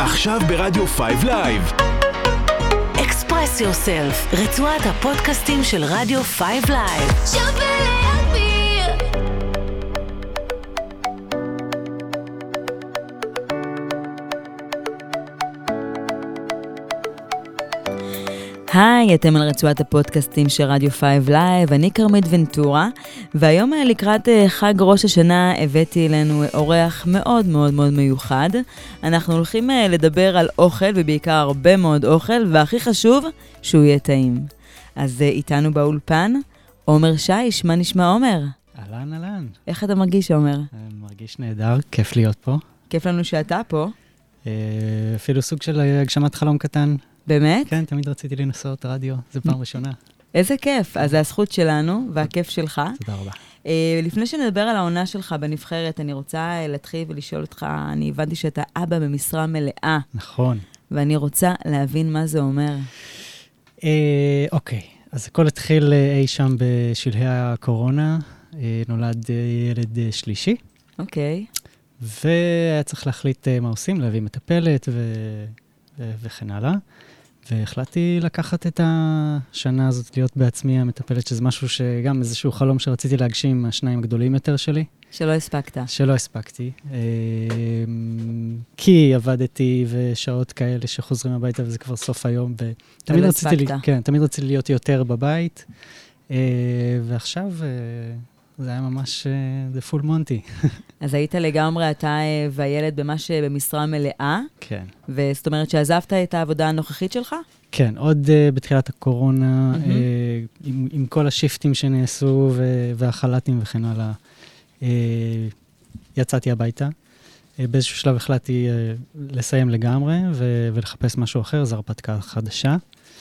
עכשיו ברדיו 5 לייב. Express Yourself, רצועת הפודקאסטים של רדיו 5 לייב. שווה להגביר. היי, אתם על רצועת הפודקאסטים של רדיו 5 לייב, אני קרמית ונטורה, והיום לקראת חג ראש השנה הבאתי אלינו אורח מאוד מאוד מאוד מיוחד. אנחנו הולכים לדבר על אוכל, ובעיקר הרבה מאוד אוכל, והכי חשוב, שהוא יהיה טעים. אז איתנו באולפן, עומר שיש, מה נשמע עומר? אהלן, אהלן. איך אתה מרגיש, עומר? מרגיש נהדר, כיף להיות פה. כיף לנו שאתה פה. אפילו סוג של הגשמת חלום קטן. באמת? כן, תמיד רציתי לנסות רדיו, זו פעם ראשונה. איזה כיף. אז זה הזכות שלנו, והכיף שלך. תודה רבה. לפני שנדבר על העונה שלך בנבחרת, אני רוצה להתחיל ולשאול אותך, אני הבנתי שאתה אבא במשרה מלאה. נכון. ואני רוצה להבין מה זה אומר. אוקיי, אז הכל התחיל אי שם בשלהי הקורונה, נולד ילד שלישי. אוקיי. והיה צריך להחליט מה עושים, להביא מטפלת וכן הלאה. והחלטתי לקחת את השנה הזאת, להיות בעצמי המטפלת, שזה משהו שגם איזשהו חלום שרציתי להגשים, השניים הגדולים יותר שלי. שלא הספקת. שלא הספקתי. כי עבדתי ושעות כאלה שחוזרים הביתה, וזה כבר סוף היום. ולא הספקת. כן, תמיד רציתי להיות יותר בבית. ועכשיו זה היה ממש the full Monty. אז היית לגמרי, אתה והילד ממש במשרה מלאה. כן. וזאת אומרת שעזבת את העבודה הנוכחית שלך? כן, עוד בתחילת הקורונה, עם כל השיפטים שנעשו והחלטים וכן הלאה, יצאתי הביתה. באיזשהו שלב החלטתי לסיים לגמרי ולחפש משהו אחר, זו הרפתקה חדשה.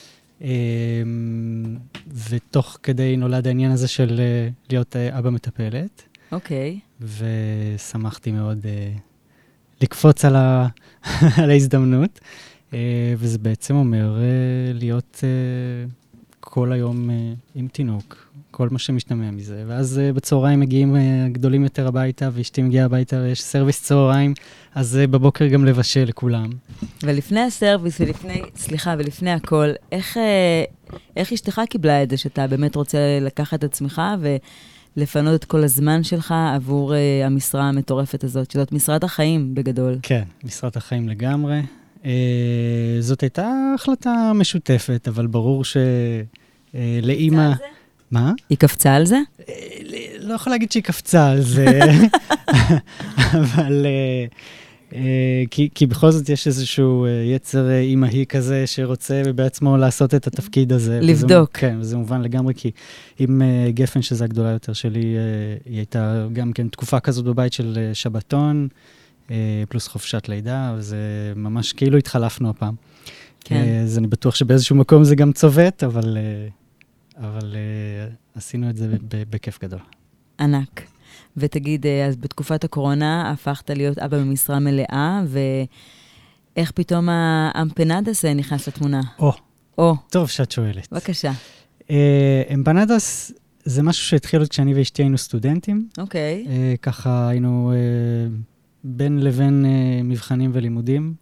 ותוך כדי נולד העניין הזה של להיות אבא מטפלת. אוקיי. ושמחתי מאוד לקפוץ על ההזדמנות. וזה בעצם אומר להיות כל היום עם תינוק, כל מה שמשתמע מזה. ואז בצהריים מגיעים גדולים יותר הביתה, ואשתי מגיעה הביתה ויש סרוויס צהריים, אז בבוקר גם לבשל לכולם. ולפני הסרוויס ולפני הכל, איך אשתך קיבלה את זה שאתה באמת רוצה לקחת את עצמך ולפנות את כל הזמן שלך עבור המשרה המטורפת הזאת, שזאת משרת החיים בגדול? כן, משרת החיים לגמרי. זאת הייתה החלטה משותפת, אבל ברור שלאמא... מה? היא קפצה על זה? לא יכול להגיד שהיא קפצה על זה, אבל... כי בכל זאת יש איזשהו יצר אימהי כזה שרוצה ובעצמו לעשות את התפקיד הזה. לבדוק. כן, וזה מובן לגמרי, כי עם גפן, שזו הגדולה יותר שלי, היא הייתה גם כן תקופה כזאת בבית של שבתון, פלוס חופשת לידה, וזה ממש כאילו התחלפנו הפעם. כן. אז אני בטוח שבאיזשהו מקום זה גם צובט, אבל עשינו את זה בכיף גדול. ענק. ותגיד, אז בתקופת הקורונה הפכת להיות אבא במשרה מלאה, ואיך פתאום האמפנדס נכנס לתמונה? טוב שאת שואלת. בבקשה. אמפנדס זה משהו שהתחיל עוד כשאני ואשתי היינו סטודנטים. אוקיי. ככה היינו בין לבין מבחנים ולימודים,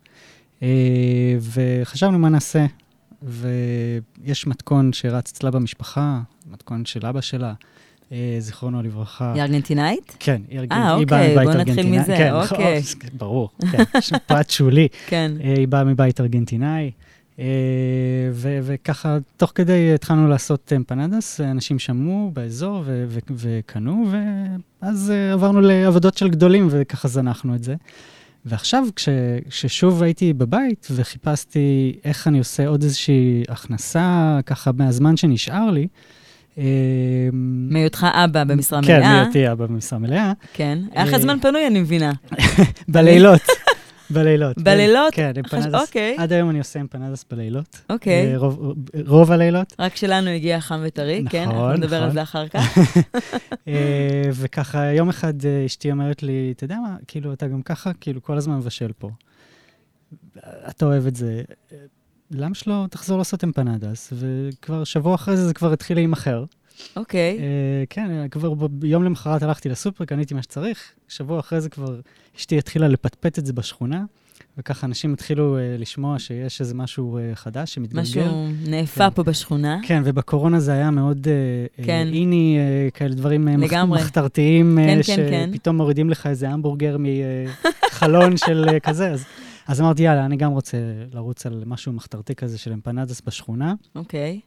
וחשבנו מה נעשה. ויש מתכון שרץ אצלה במשפחה, מתכון של אבא שלה, זיכרונו לברכה. היא ארגנטינאית? כן, היא ארגנטינאית. אוקיי, בוא נתחיל מזה, כן, אוקיי. ברור, כן, יש פרט שולי. כן. היא באה מבית ארגנטינאי, וככה, תוך כדי התחלנו לעשות אמפנדס, אנשים שמעו באזור וקנו, ואז עברנו לעבודות של גדולים, וככה זנחנו את זה. ועכשיו, כששוב הייתי בבית וחיפשתי איך אני עושה עוד איזושהי הכנסה, ככה מהזמן שנשאר לי, מהיותך אבא במשרה מלאה. כן, מהיותי אבא במשרה מלאה. כן. איך הזמן פנוי, אני מבינה. בלילות. בלילות. בלילות? כן, אמפנדס. אוקיי. עד היום אני עושה אמפנדס בלילות. אוקיי. רוב הלילות. רק שלנו הגיע חם וטרי, כן? נכון. אנחנו נדבר על זה אחר כך. וככה, יום אחד אשתי אומרת לי, אתה יודע מה, כאילו, אתה גם ככה, כאילו, כל הזמן מבשל פה. אתה אוהב את זה. למה שלא תחזור לעשות אמפנדס? וכבר שבוע אחרי זה כבר התחיל להימחר. אוקיי. כן, כבר ביום למחרת הלכתי לסופר, קניתי מה שצריך. שבוע אחרי זה כבר אשתי התחילה לפטפט את זה בשכונה. וככה אנשים התחילו לשמוע שיש איזה משהו חדש שמתגלגל. משהו נאפה פה בשכונה. כן, ובקורונה זה היה מאוד איני, כאלה דברים מחתרתיים, שפתאום מורידים לך איזה המבורגר מחלון של כזה. אז אמרתי, יאללה, אני גם רוצה לרוץ על משהו מחתרתי כזה של אמפנדס בשכונה. אוקיי.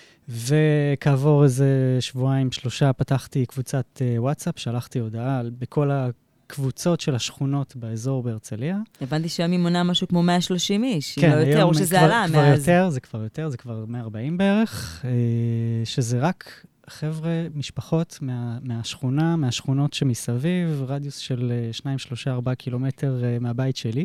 וכעבור איזה שבועיים, 3 פתחתי קבוצת וואטסאפ, שלחתי הודעה בכל הקבוצות של השכונות באזור בהרצליה. הבנתי שהיום היא מונה משהו כמו 130 איש, כן, לא יותר, או שזה עלה מאז. זה כבר יותר, זה כבר 140 בערך, שזה רק חבר'ה, משפחות מהשכונה, מהשכונות שמסביב, רדיוס של 2, 3, 4 קילומטר מהבית שלי.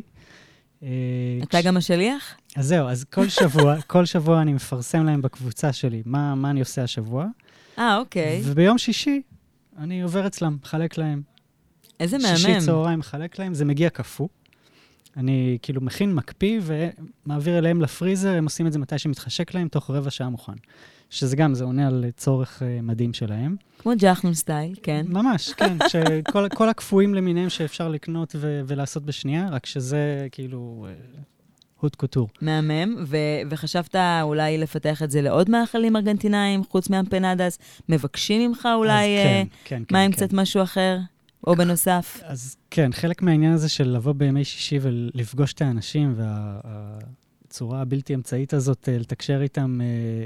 אתה גם השליח? אז זהו, אז כל שבוע אני מפרסם להם בקבוצה שלי מה אני עושה השבוע. אוקיי. וביום שישי אני עובר אצלם, מחלק להם. איזה מהמם. שישי צהריים מחלק להם, זה מגיע קפוא. אני כאילו מכין, מקפיא ומעביר אליהם לפריזר, הם עושים את זה מתי שמתחשק להם, תוך רבע שעה מוכן. שזה גם, זה עונה על צורך מדהים שלהם. כמו ג'חנון סטייל, כן. ממש, כן. כל הקפואים למיניהם שאפשר לקנות ולעשות בשנייה, רק שזה כאילו הוט קוטור. מהמם, וחשבת אולי לפתח את זה לעוד מאכלים ארגנטינאים, חוץ מאמפנדס, מבקשים ממך אולי מה עם קצת משהו אחר, או בנוסף? אז כן, חלק מהעניין הזה של לבוא בימי שישי ולפגוש את האנשים, הצורה הבלתי אמצעית הזאת, לתקשר איתם,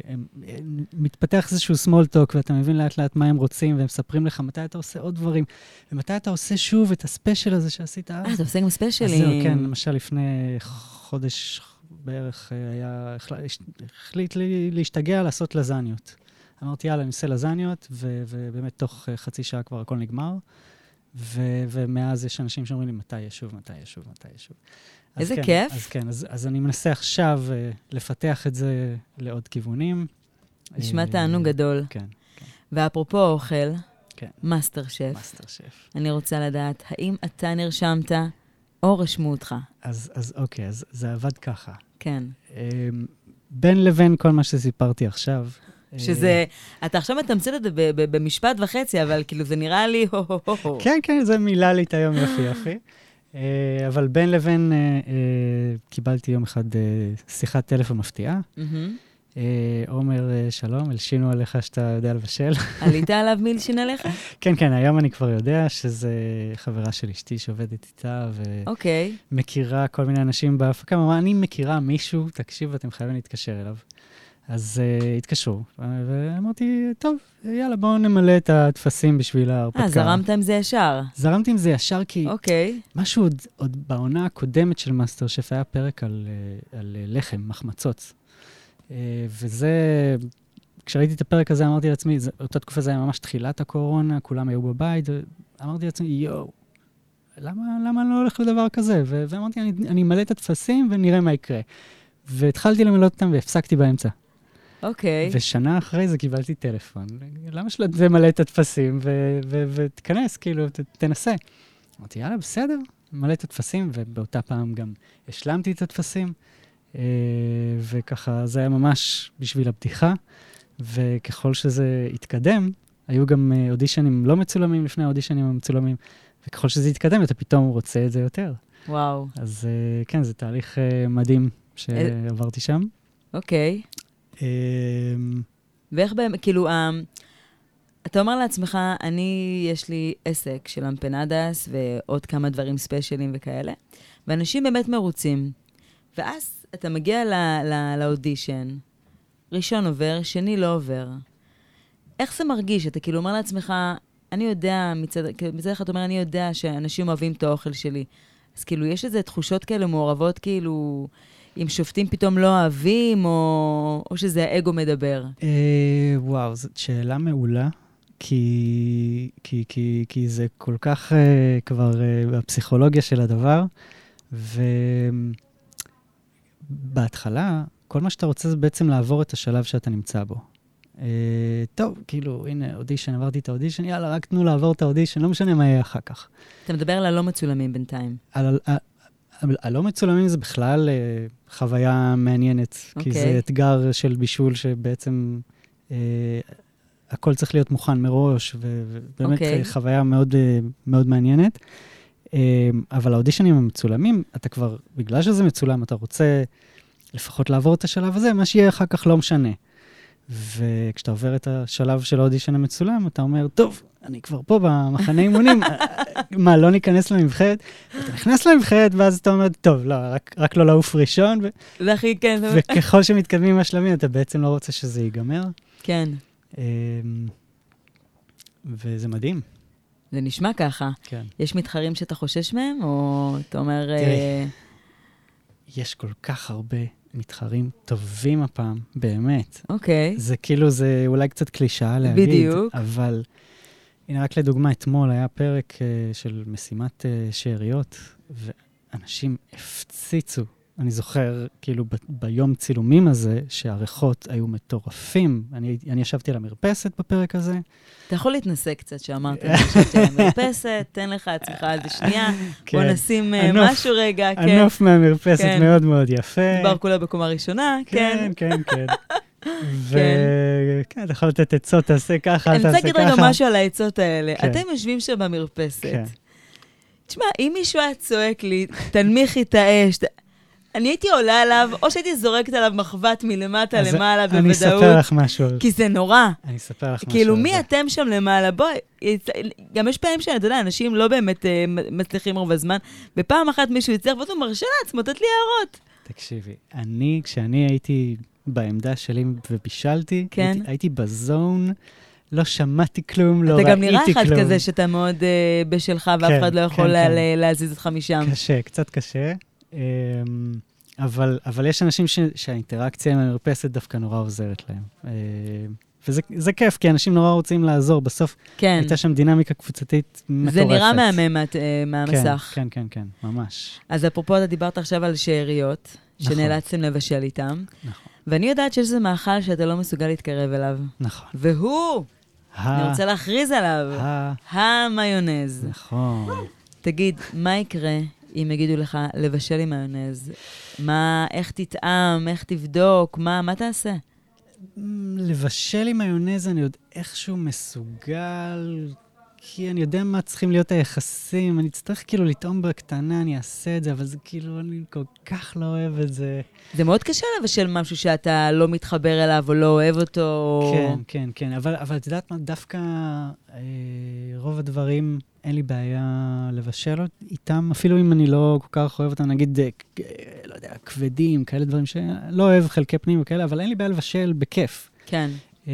מתפתח איזשהו small talk, ואתה מבין לאט לאט מה הם רוצים, והם מספרים לך מתי אתה עושה עוד דברים, ומתי אתה עושה שוב את הספיישל הזה שעשית אז. אתה עושה גם ספיישלים. אז זהו, כן, למשל לפני חודש בערך החליט לי להשתגע לעשות לזניות. אמרתי, יאללה, אני עושה לזניות, ובאמת תוך חצי שעה כבר הכל נגמר, ומאז יש אנשים שאומרים לי, מתי ישוב. איזה כיף. אז כן, אז אני מנסה עכשיו לפתח את זה לעוד כיוונים. נשמע תענוג גדול. כן. ואפרופו אוכל, כן. מאסטר שף. מאסטר שף. אני רוצה לדעת, האם אתה נרשמת או רשמו אותך? אז אוקיי, אז זה עבד ככה. כן. בין לבין כל מה שסיפרתי עכשיו. שזה, אתה עכשיו מתמצת את זה במשפט וחצי, אבל כאילו זה נראה לי הו. כן, זה מילה לי את היום יפי. אבל בין לבין קיבלתי יום אחד שיחת טלפון מפתיעה. עומר, שלום, הלשינו עליך שאתה יודע לבשל. עלית עליו מי הלשין עליך? כן, היום אני כבר יודע שזה חברה של אשתי שעובדת איתה, ומכירה כל מיני אנשים בהפקה. אמרה, אני מכירה מישהו, תקשיב, אתם חייבים להתקשר אליו. אז התקשרו, ואמרתי, טוב, יאללה, בואו נמלא את התפסים בשביל ההרפתקה. זרמת עם זה ישר? זרמתי עם זה ישר, כי משהו עוד בעונה הקודמת של מאסטר שף היה פרק על לחם, מחמצות. וזה, כשראיתי את הפרק הזה, אמרתי לעצמי, אותה תקופה זה היה ממש תחילת הקורונה, כולם היו בבית, אמרתי לעצמי, למה אני לא הולך לדבר כזה? ואמרתי, אני אמלא את התפסים ונראה מה יקרה. והתחלתי למלא אותם והפסקתי באמצע. אוקיי. ושנה אחרי זה קיבלתי טלפון. למה שלא תמלא את התפסים ותכנס, כאילו, תנסה. אמרתי, יאללה, בסדר, מלא את התפסים, ובאותה פעם גם השלמתי את התפסים, וככה זה היה ממש בשביל הבדיחה, וככל שזה התקדם, היו גם אודישנים לא מצולמים לפני האודישנים המצולמים, וככל שזה התקדם, אתה פתאום רוצה את זה יותר. וואו. אז כן, זה תהליך מדהים שעברתי שם. אוקיי. ואיך באמת, כאילו, אתה אומר לעצמך, יש לי עסק של אמפנדס ועוד כמה דברים ספיישלים וכאלה, ואנשים באמת מרוצים. ואז אתה מגיע לאודישן, ראשון עובר, שני לא עובר. איך זה מרגיש? אתה כאילו אומר לעצמך, אני יודע, מצד אחד אתה אומר, אני יודע שאנשים אוהבים את האוכל שלי. אז כאילו, יש איזה תחושות כאלה מעורבות, כאילו, אם שופטים פתאום לא אוהבים, או שזה האגו מדבר? וואו, זאת שאלה מעולה, כי זה כל כך כבר בפסיכולוגיה של הדבר, ובהתחלה, כל מה שאתה רוצה זה בעצם לעבור את השלב שאתה נמצא בו. טוב, כאילו, הנה, אודישן, עברתי את האודישן, יאללה, רק תנו לעבור את האודישן, לא משנה מה יהיה אחר כך. אתה מדבר על הלא מצולמים בינתיים. הלא מצולמים זה בכלל חוויה מעניינת, כי זה אתגר של בישול שבעצם הכל צריך להיות מוכן מראש, ובאמת חוויה מאוד, מאוד מעניינת. אבל האודישנים המצולמים, אתה כבר, בגלל שזה מצולם, אתה רוצה לפחות לעבור את השלב הזה, מה שיהיה אחר כך לא משנה. וכשאתה עובר את השלב של האודישן המצולם, אתה אומר, טוב, אני כבר פה במחנה אימונים, מה, לא ניכנס למבחרת? אתה נכנס למבחרת, ואז אתה אומר, טוב, לא, רק לא לעוף ראשון, זה הכי כן. וככל שמתקדמים עם השלבים, אתה בעצם לא רוצה שזה ייגמר. כן. וזה מדהים. זה נשמע ככה. כן. יש מתחרים שאתה חושש מהם, או אתה אומר... תראי, יש כל כך הרבה מתחרים טובים הפעם, באמת. אוקיי. זה כאילו, זה אולי קצת קלישאה להגיד. בדיוק. אבל, הנה רק לדוגמה, אתמול היה פרק של משימת שאריות, ואנשים הפציצו. אני זוכר, כאילו, ביום צילומים הזה, שהעריכות היו מטורפים. אני ישבתי על המרפסת בפרק הזה. אתה יכול להתנסה קצת שאמרת, אני ישבתי על המרפסת, תן לך עצמך איזה שנייה, בוא נשים משהו רגע, כן. הנוף מהמרפסת מאוד מאוד יפה. דבר כולה בקומה ראשונה, כן. כן. וכן, אתה יכול לתת עצות, תעשה ככה, תעשה ככה. אני רוצה להגיד רגע משהו על העצות האלה. אתם יושבים שם במרפסת. תשמע, אם מישהו היה צועק לי, תנמיכי את האש, אני הייתי עולה עליו, או שהייתי זורקת עליו מחבת מלמטה למעלה בוודאות. אני אספר לך משהו. כי זה נורא. אני אספר לך משהו. כאילו, מי אתם שם למעלה? בואי, גם יש פעמים אתה יודע, אנשים לא באמת מצליחים רוב הזמן, ופעם אחת מישהו יצליח, ואתה מרשה לעצמו, תת לי הערות. תקשיבי, כשאני הייתי בעמדה שלי ובישלתי, הייתי בזון, לא שמעתי כלום, לא ראיתי כלום. אתה גם נראה אחד כזה שאתה מאוד בשלך, ואף אחד לא יכול להזיז אותך משם. קשה, קצת קשה. אבל יש אנשים שהאינטראקציה עם המרפסת דווקא נורא עוזרת להם. וזה כיף, כי אנשים נורא רוצים לעזור. בסוף הייתה שם דינמיקה קבוצתית מטורפת. זה נראה מהמם מהמסך. כן, ממש. אז אפרופו, אתה דיברת עכשיו על שאריות, שנאלצתם לבשל איתם. נכון. ואני יודעת שיש איזה מאכל שאתה לא מסוגל להתקרב אליו. נכון. והוא, אני רוצה להכריז עליו, המיונז. נכון. תגיד, מה יקרה אם יגידו לך לבשל עם מיונז? איך תטעם, איך תבדוק, מה תעשה? לבשל עם מיונז אני עוד איכשהו מסוגל, כי אני יודע מה צריכים להיות היחסים, אני צריך כאילו לטעום בקטנה, אני אעשה את זה, אבל זה כאילו, אני כל כך לא אוהב את זה. זה מאוד קשה לבשל משהו שאתה לא מתחבר אליו או לא אוהב אותו. כן, אבל את יודעת מה, דווקא רוב הדברים אין לי בעיה לבשל איתם, אפילו אם אני לא כל כך אוהב אותם, נגיד, לא יודע, כבדים, כאלה דברים שלא אוהב חלקי פנים וכאלה, אבל אין לי בעיה לבשל בכיף. כן.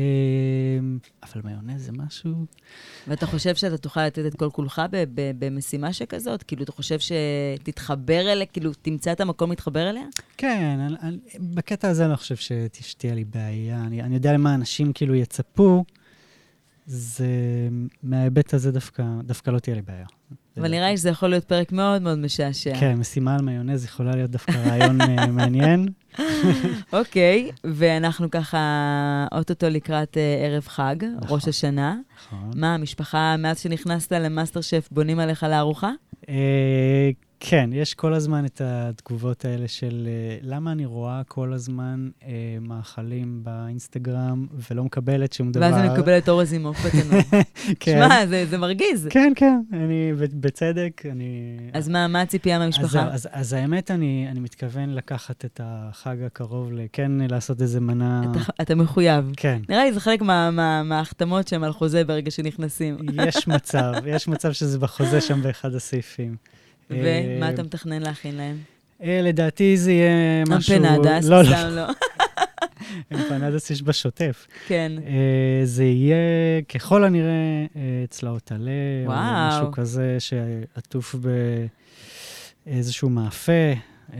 אבל מיונז זה משהו... ואתה חושב שאתה תוכל לתת את כל כולך במשימה שכזאת? כאילו, אתה חושב שתתחבר אליה, כאילו, תמצא את המקום להתחבר אליה? כן, בקטע הזה אני חושב שתשתהיה לי בעיה. אני יודע למה אנשים כאילו יצפו, זה מההיבט הזה דווקא לא תהיה לי בעיה. אבל נראה לי שזה יכול להיות פרק מאוד מאוד משעשע. כן, משימה על מיונז יכולה להיות דווקא רעיון מעניין. אוקיי, ואנחנו ככה אוטוטו לקראת ערב חג, ראש השנה. מה, המשפחה, מאז שנכנסת למאסטר שף, בונים עליך לארוחה? כן, יש כל הזמן את התגובות האלה של למה אני רואה כל הזמן מאכלים באינסטגרם ולא מקבלת שום דבר. ואז אני מקבלת אורז עם עוף בתנור. שמע, זה מרגיז. כן, אני בצדק. אז מה הציפייה מהמשפחה? אז האמת, אני מתכוון לקחת את החג הקרוב, כן לעשות איזה מנה... אתה מחויב. כן. נראה לי זה חלק מההחתמות שהם על חוזה ברגע שנכנסים. יש מצב שזה בחוזה שם באחד הסעיפים. ומה אתה מתכנן להכין להם? לדעתי זה יהיה משהו... אמפנדס, סתם לא. אמפנדס יש בשוטף. כן. זה יהיה ככל הנראה צלעות עלה, או משהו כזה שעטוף באיזשהו מאפה.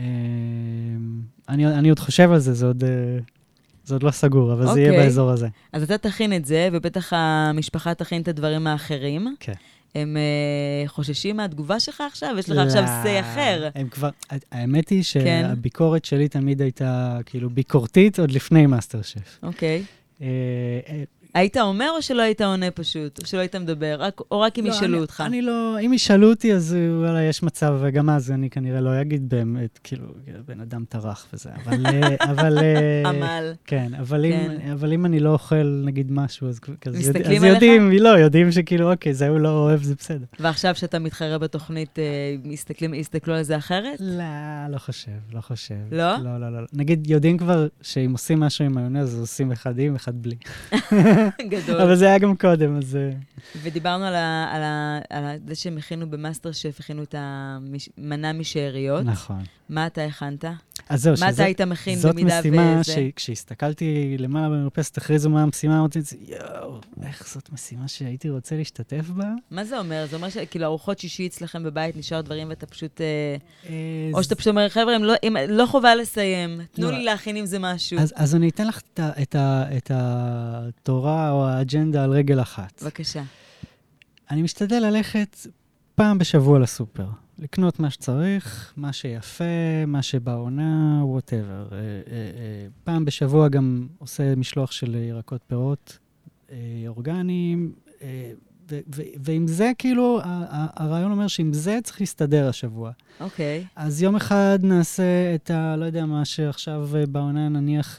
אני עוד חושב על זה, זה עוד לא סגור, אבל זה יהיה באזור הזה. אז אתה תכין את זה, ובטח המשפחה תכין את הדברים האחרים. כן. הם חוששים מהתגובה שלך עכשיו? יש לך עכשיו סי אחר. הם כבר, האמת היא שהביקורת שלי תמיד הייתה כאילו ביקורתית עוד לפני מאסטר שף. אוקיי. היית אומר או שלא היית עונה פשוט? או שלא היית מדבר? או רק אם ישאלו אותך? אני לא, אם ישאלו אותי, אז וואלה, יש מצב, וגם אז אני כנראה לא אגיד באמת, כאילו, בן אדם טרח וזה, אבל... עמל. כן, אבל אם אני לא אוכל, נגיד, משהו, אז מסתכלים עליך? יודעים שכאילו, אוקיי, זה הוא לא אוהב, זה בסדר. ועכשיו שאתה מתחרה בתוכנית, יסתכלו על זה אחרת? לא חושב. לא? לא. נגיד, יודעים כבר שאם עושים משהו עם מיונז, אז עושים אחד עם, אחד בלי. גדול. אבל זה היה גם קודם, אז... ודיברנו על זה שהם הכינו במאסטר שף, הכינו את המנה משאריות. נכון. מה אתה הכנת? אז זהו, מה אתה היית מכין זאת במידה משימה וזה? כשהסתכלתי למעלה במרפסת, הכריזו מה המשימה, אמרתי, יואו, איך זאת משימה שהייתי רוצה להשתתף בה? מה זה אומר? זה אומר שכאילו ארוחות שישי אצלכם בבית נשאר דברים ואתה פשוט... או שאתה פשוט אומר, חבר'ה, לא חובה לסיים, תנו לי להכין עם זה משהו. אז אני אתן לך את התורה או האג'נדה על רגל אחת. בבקשה. אני משתדל ללכת פעם בשבוע לסופר. לקנות מה שצריך, מה שיפה, מה שבעונה, whatever. פעם בשבוע גם עושה משלוח של ירקות פירות אורגניים, ועם זה כאילו, הרעיון אומר שעם זה צריך להסתדר השבוע. אוקיי. אז יום אחד נעשה את לא יודע מה שעכשיו בעונה נניח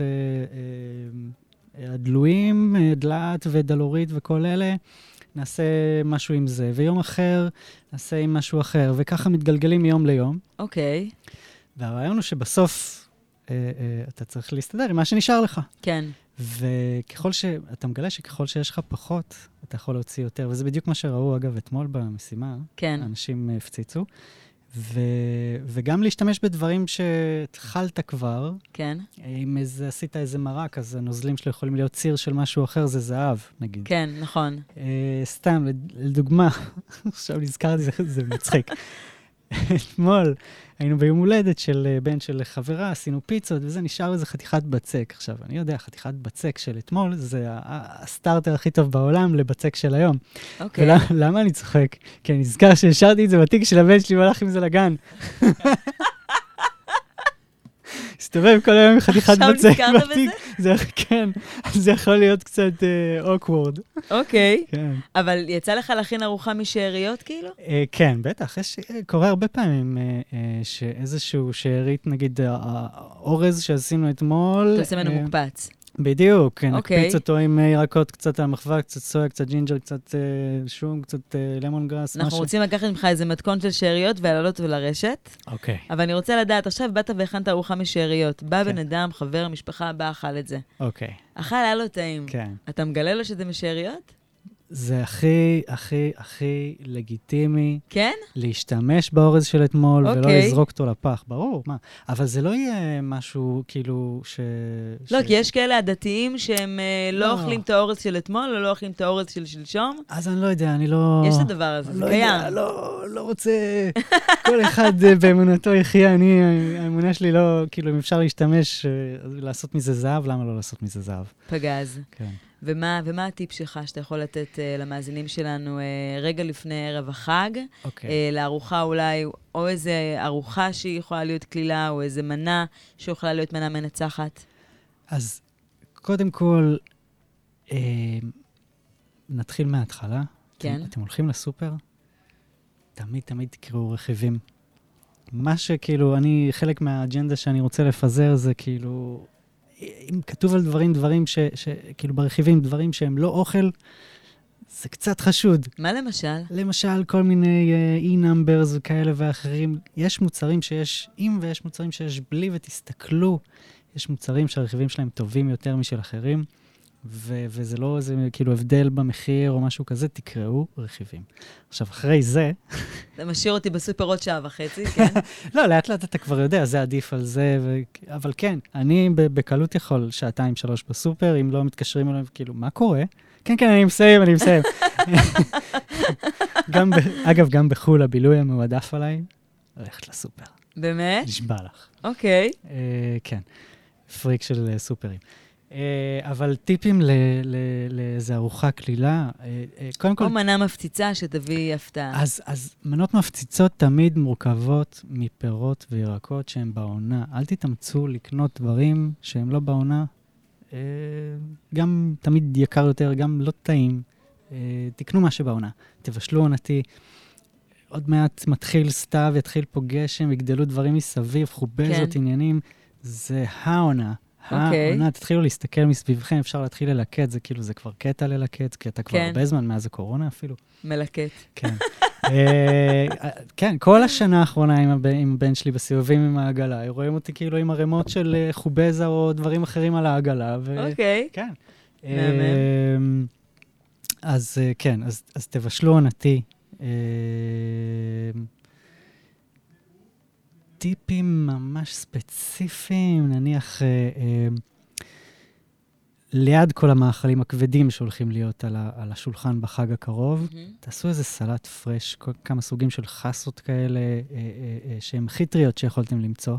הדלויים, דלעת ודלורית וכל אלה, נעשה משהו עם זה, ויום אחר נעשה עם משהו אחר, וככה מתגלגלים מיום ליום. אוקיי. והרעיון הוא שבסוף אתה צריך להסתדר עם מה שנשאר לך. כן. וככל אתה מגלה שככל שיש לך פחות, אתה יכול להוציא יותר, וזה בדיוק מה שראו, אגב, אתמול במשימה. כן. אנשים הפציצו. וגם להשתמש בדברים שהתחלת כבר. כן. אם עשית איזה מרק, אז הנוזלים שלו יכולים להיות ציר של משהו אחר, זה זהב, נגיד. כן, נכון. סתם, לדוגמה, עכשיו נזכרתי, זה מצחיק. אתמול היינו ביום הולדת של בן של חברה, עשינו פיצות, וזה נשאר איזה חתיכת בצק. עכשיו, אני יודע, חתיכת בצק של אתמול, זה הסטארטר הכי טוב בעולם לבצק של היום. אוקיי. ולמה אני צוחק? כי אני נזכר שהשארתי את זה בתיק של הבן שלי והלך עם זה לגן. הסתובב כל היום עם חתיכת בצק בתיק. כן, זה יכול להיות קצת awkward. אוקיי. כן. אבל יצא לך להכין ארוחה משאריות כאילו? כן, בטח. קורה הרבה פעמים שאיזשהו שארית, נגיד האורז שעשינו אתמול. אתה עושה ממנו מוקפץ. בדיוק, נקפיץ אותו עם ירקות, קצת על מחווה, קצת סויה, קצת ג'ינג'ר, קצת שום, קצת למון גראס. אנחנו רוצים לקחת ממך איזה מתכון של שאריות ולעלות ולרשת. אוקיי. אבל אני רוצה לדעת, עכשיו באת והכנת ארוחה משאריות. בא בן אדם, חבר, משפחה, בא, אכל את זה. אוקיי. אכל, היה לו טעים. כן. אתה מגלה לו שזה משאריות? זה הכי לגיטימי. כן? להשתמש באורז של אתמול, ולא אוקיי. לזרוק אותו לפח, ברור, מה? אבל זה לא יהיה משהו כאילו לא, כי יש כאלה הדתיים שהם לא אוכלים את האורז של אתמול, או לא אוכלים את האורז של שלשום. אז אני לא יודע, אני לא... יש את הדבר הזה, זה קיים. לא רוצה... כל אחד באמונתו יחיה, האמונה שלי לא... כאילו, אם אפשר להשתמש, לעשות מזה זהב, למה לא לעשות מזה זהב? פגז. כן. ומה הטיפ שלך שאתה יכול לתת למאזינים שלנו רגע לפני ערב החג? אוקיי. לארוחה אולי, או איזה ארוחה שהיא יכולה להיות כלילה, או איזה מנה שיכולה להיות מנה מנצחת? אז קודם כל, נתחיל מההתחלה. כן. אתם הולכים לסופר, תמיד תקראו רכיבים. מה שכאילו, חלק מהאג'נדה שאני רוצה לפזר זה כאילו... אם כתוב על דברים כאילו ברכיבים, דברים שהם לא אוכל, זה קצת חשוד. מה למשל? למשל, כל מיני e-numbers וכאלה ואחרים. יש מוצרים שיש עם ויש מוצרים שיש בלי, ותסתכלו. יש מוצרים שהרכיבים שלהם טובים יותר משל אחרים, וזה לא איזה כאילו הבדל במחיר או משהו כזה, תקראו רכיבים. עכשיו, אחרי זה... זה משאיר אותי בסופר עוד שעה וחצי, כן? לא, לאט לאט אתה כבר יודע, זה עדיף על זה, אבל כן, אני בקלות יכול 2-3 בסופר, אם לא מתקשרים אליו, כאילו, מה קורה? כן, אני מסיים. אגב, גם בחול הבילוי המועדף עליי, הולכת לסופר. באמת? נשבע לך. אוקיי. כן, פריק של סופרים. אבל טיפים לאיזו ארוחה כלילה, קודם כל... או מנה מפציצה שתביא הפתעה. אז מנות מפציצות תמיד מורכבות מפירות וירקות שהם בעונה. אל תתאמצו לקנות דברים שהם לא בעונה. גם תמיד יקר יותר, גם לא טעים. תקנו מה שבעונה, תבשלו עונתי. עוד מעט מתחיל סתיו, יתחיל פה גשם, יגדלו דברים מסביב, חובזות, עניינים. זה העונה. העונה, תתחילו להסתכל מסביבכם, אפשר להתחיל ללקט, זה כאילו, זה כבר קטע ללקט, כי אתה כבר הרבה זמן מאז הקורונה אפילו. מלקט. כן. כן, כל השנה האחרונה עם הבן שלי בסיבובים עם העגלה, רואים אותי כאילו עם הרמות של חובזה או דברים אחרים על העגלה. אוקיי. כן. מהמם. אז כן, אז תבשלו עונתי. טיפים ממש ספציפיים, נניח ליד כל המאכלים הכבדים שהולכים להיות על השולחן בחג הקרוב, תעשו איזה סלט פרש, כמה סוגים של חסות כאלה, שהן הכי טריות שיכולתם למצוא.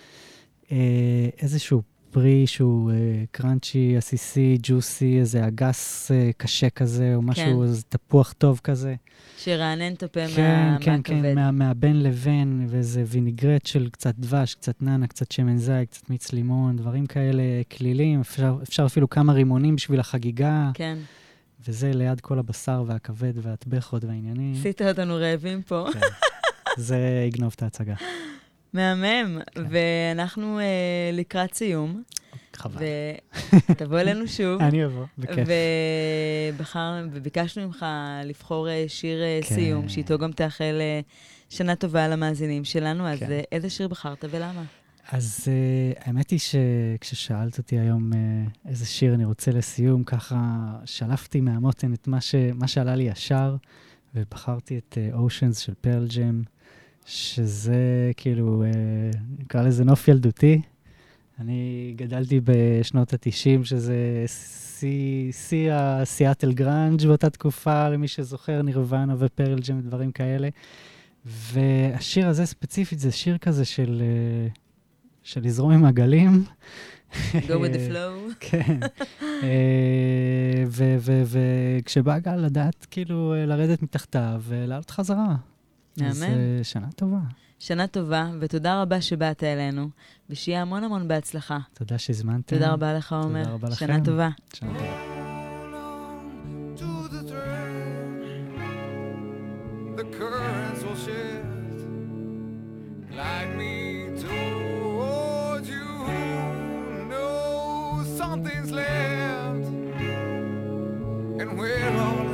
איזשהו פרי שהוא קראנצ'י, עסיסי, ג'וסי, איזה אגס קשה כזה, או משהו, איזה תפוח טוב כזה. שרענן את הפה מהכבד. כן, מהבין לבין, ואיזה ויניגרט של קצת דבש, קצת ננה, קצת שמן זית, קצת מיץ לימון, דברים כאלה כלילים, אפשר אפילו כמה רימונים בשביל החגיגה. כן. וזה ליד כל הבשר והכבד והטבחות והעניינים. עשית אותנו רעבים פה. כן. זה יגנוב את ההצגה. מהמם, ואנחנו לקראת סיום. חבל. ותבוא אלינו שוב. אני אבוא, בכיף. וביקשנו ממך לבחור שיר סיום, שאיתו גם תאחל שנה טובה למאזינים שלנו, אז איזה שיר בחרת ולמה? אז האמת היא שכששאלת אותי היום איזה שיר אני רוצה לסיום, ככה שלפתי מהמותן את מה שעלה לי ישר, ובחרתי את Oceans של פרל ג'ם, שזה כאילו, נקרא לזה נוף ילדותי. אני גדלתי בשנות ה-90, שזה שיא הסיאטל גראנג' באותה תקופה, למי שזוכר, נירוונה ופרל ג'ם, דברים כאלה. והשיר הזה ספציפית, זה שיר כזה של לזרום עם הגלים. Go with the flow. כן. וכשבא גל לדעת, כאילו, לרדת מתחתיו ולעלות חזרה. אז שנה טובה. שנה טובה, ותודה רבה שבאת אלינו, ושיהיה המון המון בהצלחה. תודה שהזמנתם. תודה רבה לך, עומר. תודה רבה לכם. שנה טובה. שנה טובה. The currents will shift, glide me towards you. No, something's left, and we're all